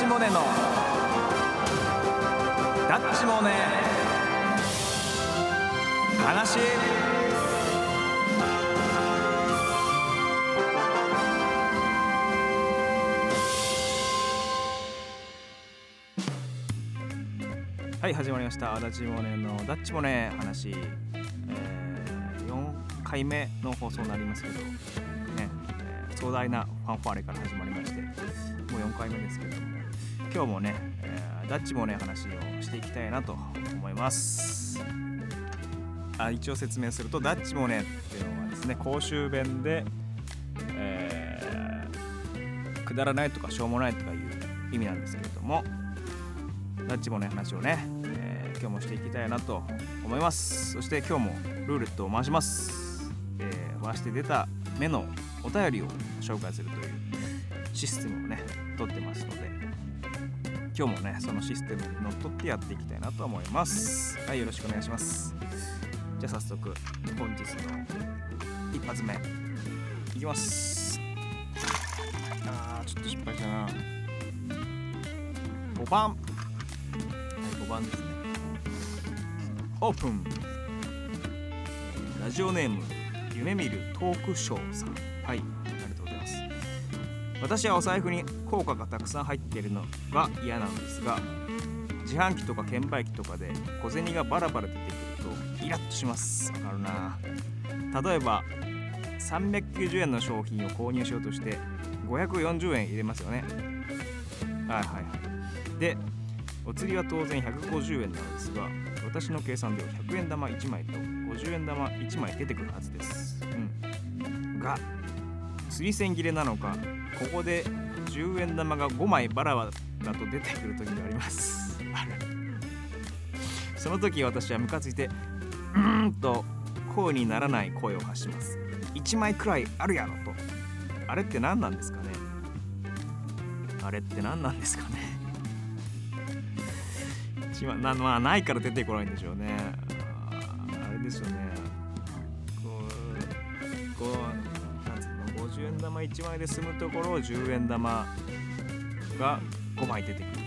チモネのダッチモネ話。はい、始まりました。ダッチモネのダッチモネ話、4回目の放送になりますけどね、壮大なファンファーレから始まりまして、もう4回目ですけども、今日もね、ダッチモネ話をしていきたいなと思います。一応説明すると、ダッチモネっていうのはですね、公衆弁で、くだらないとかしょうもないとかいう意味なんですけれども、ダッチモネ話をね、今日もしていきたいなと思います。そして今日もルーレットを回します。回して出た目のお便りを紹介するというシステムをね取ってますので、今日もねそのシステムにのっとってやっていきたいなと思います。はい、よろしくお願いします。じゃあ早速本日の一発目いきます。ちょっと失敗したな。5番、はい、5番ですね。オープン。ラジオネーム夢見るトークショーさん。はい、ありがとうございます。私はお財布に硬貨がたくさん入っているのが嫌なんですが、自販機とか券売機とかで小銭がバラバラ出てくるとイラッとします。わかるな。例えば390円の商品を購入しようとして540円入れますよね。はいはいはい。で、お釣りは当然150円なのですが、私の計算では100円玉1枚と50円玉1枚出てくるはずです。が、釣り線切れなのか、ここで10円玉が5枚バラバラと出てくる時があります。その時私はムカついて、と声にならない声を発します。1枚くらいあるやろと。あれって何なんですかね。まあないから出てこないんでしょうね。あれですよね。なんつうの、50円玉1枚で済むところを10円玉が5枚出てくる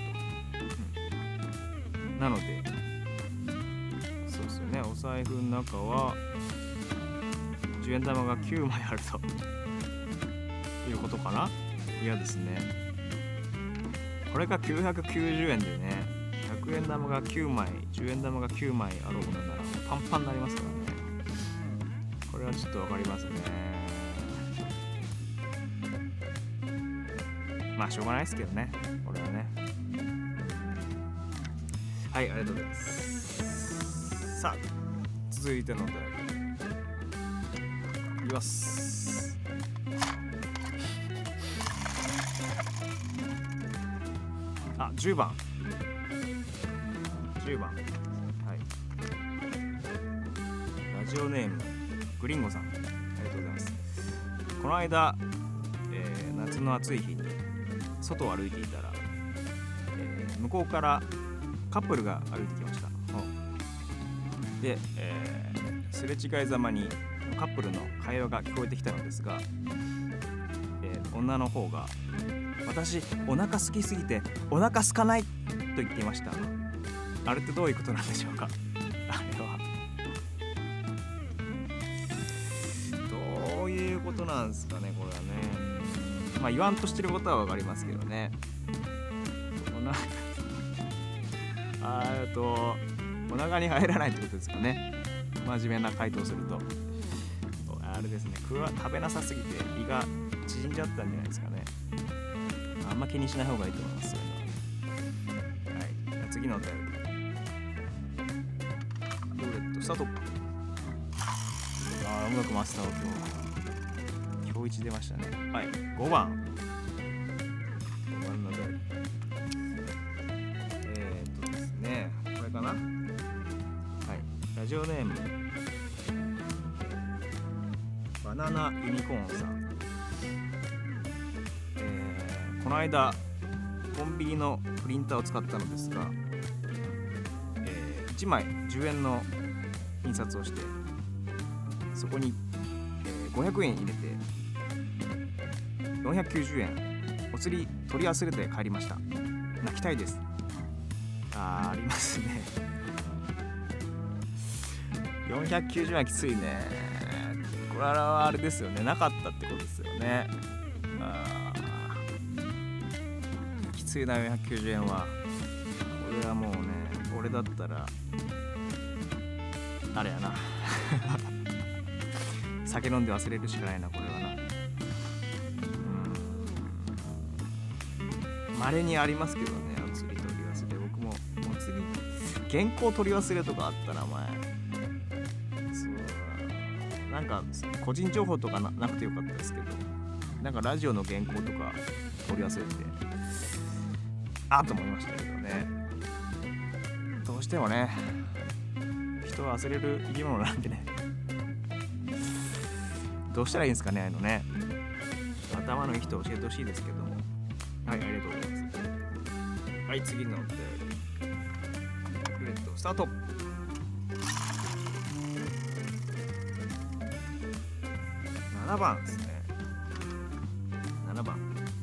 と。なので、そうですよね。お財布の中は10円玉が9枚あるということかな。嫌ですね。これが990円でね、100円玉が9枚、10円玉が9枚あろうものならパンパンになりますからね。これはちょっとわかりますね。まあしょうがないですけどね、これはね。はい、ありがとうございます。さあ、続いてのお便りいきます。10番。はい。ラジオネームグリンゴさん、ありがとうございます。この間、夏の暑い日に外を歩いていたら、向こうからカップルが歩いてきました。で、すれ違いざまにカップルの会話が聞こえてきたのですが、女の方が、私お腹空きすぎてお腹空かないと言っていました。あれってどういうことなんでしょうか。あれはどういうことなんですかね、これはね。まあ言わんとしてることはわかりますけどね。お腹に入らないってことですかね。真面目な回答すると。あれですね、食べなさすぎて胃が縮んじゃったんじゃないですかね。あんま気にしない方がいいと思います。そういうのは。はい、次のお便り。ルーレットスタート。音楽マスターを今日1出ましたね。はい、5番のお便り。ですね、これかな。はい、ラジオネームバナナユニコーンさん。この間コンビニのプリンターを使ったのですが、1枚10円の印刷をして、そこに、500円入れて490円お釣り取り忘れて帰りました。 泣きたいです。ありますね。490円はきついね。これはあれですよね、なかったってことですよね。きついな490円は。俺はもうね、俺だったらあれやな酒飲んで忘れるしかないな、これはな。稀にありますけどね、お釣り取り忘れ。僕もお釣り原稿取り忘れとかあったな前。そうなんか個人情報とか なくてよかったですけど、なんかラジオの原稿とか取り忘れてと思いましたけどね。どうしてもね、人は忘れる生き物なんでね。どうしたらいいんですかね、あのね。頭のいい人教えてほしいですけども。はい、ありがとうございます。はい、次のお便り。スタート。7番ですね。7番。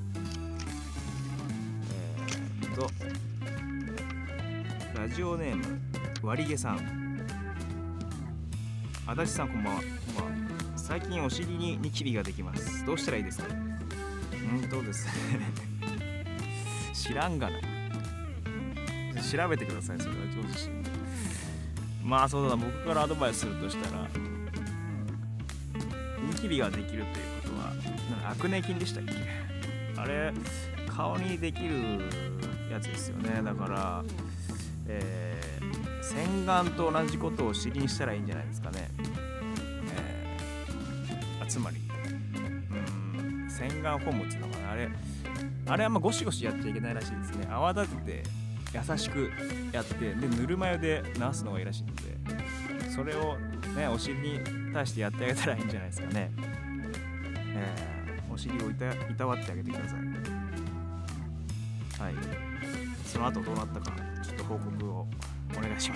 ラジオネーム割毛さん。足立さん、こんばんは。最近お尻にニキビができます。どうしたらいいですか？どうです知らんがな。調べてください、それはご自身。まあそうだな、僕からアドバイスするとしたら、ニキビができるということはアクネ菌でしたっけ？あれ顔にできるやつですよね。だから洗顔と同じことをお尻にしたらいいんじゃないですかね。つまり洗顔フォームっていうのかな、あれはゴシゴシやっちゃいけないらしいですね。泡立てて優しくやって、でぬるま湯で流すのがいいらしいので、それをねお尻に対してやってあげたらいいんじゃないですかね。お尻をいたわってあげてください。はい、その後どうなったかちょっと報告をお願いします。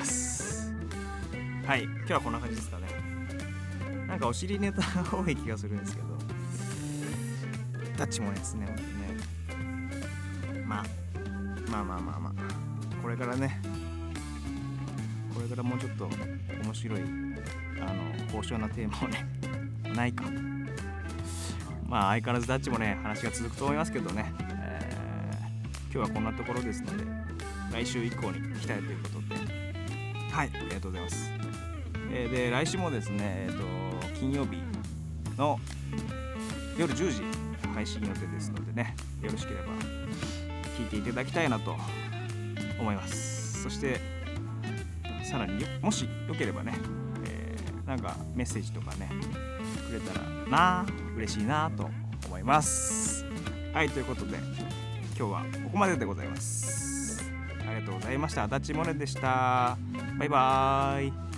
はい、今日はこんな感じですかね。なんかお尻ネタが多い気がするんですけど、タッチもですね、本当にね。まあこれからね、これからもうちょっと面白い高尚なテーマをねないか。まあ相変わらずタッチもね話が続くと思いますけどね、今日はこんなところですので、来週以降に期待ということで、はい、ありがとうございます。で来週もですね、金曜日の夜10時配信予定ですのでね、よろしければ聞いていただきたいなと思います。そしてさらにもしよければね、なんかメッセージとかねくれたら嬉しいなと思います。はい、ということで今日はここまででございます。ありがとうございました。足立モネでした。バイバーイ。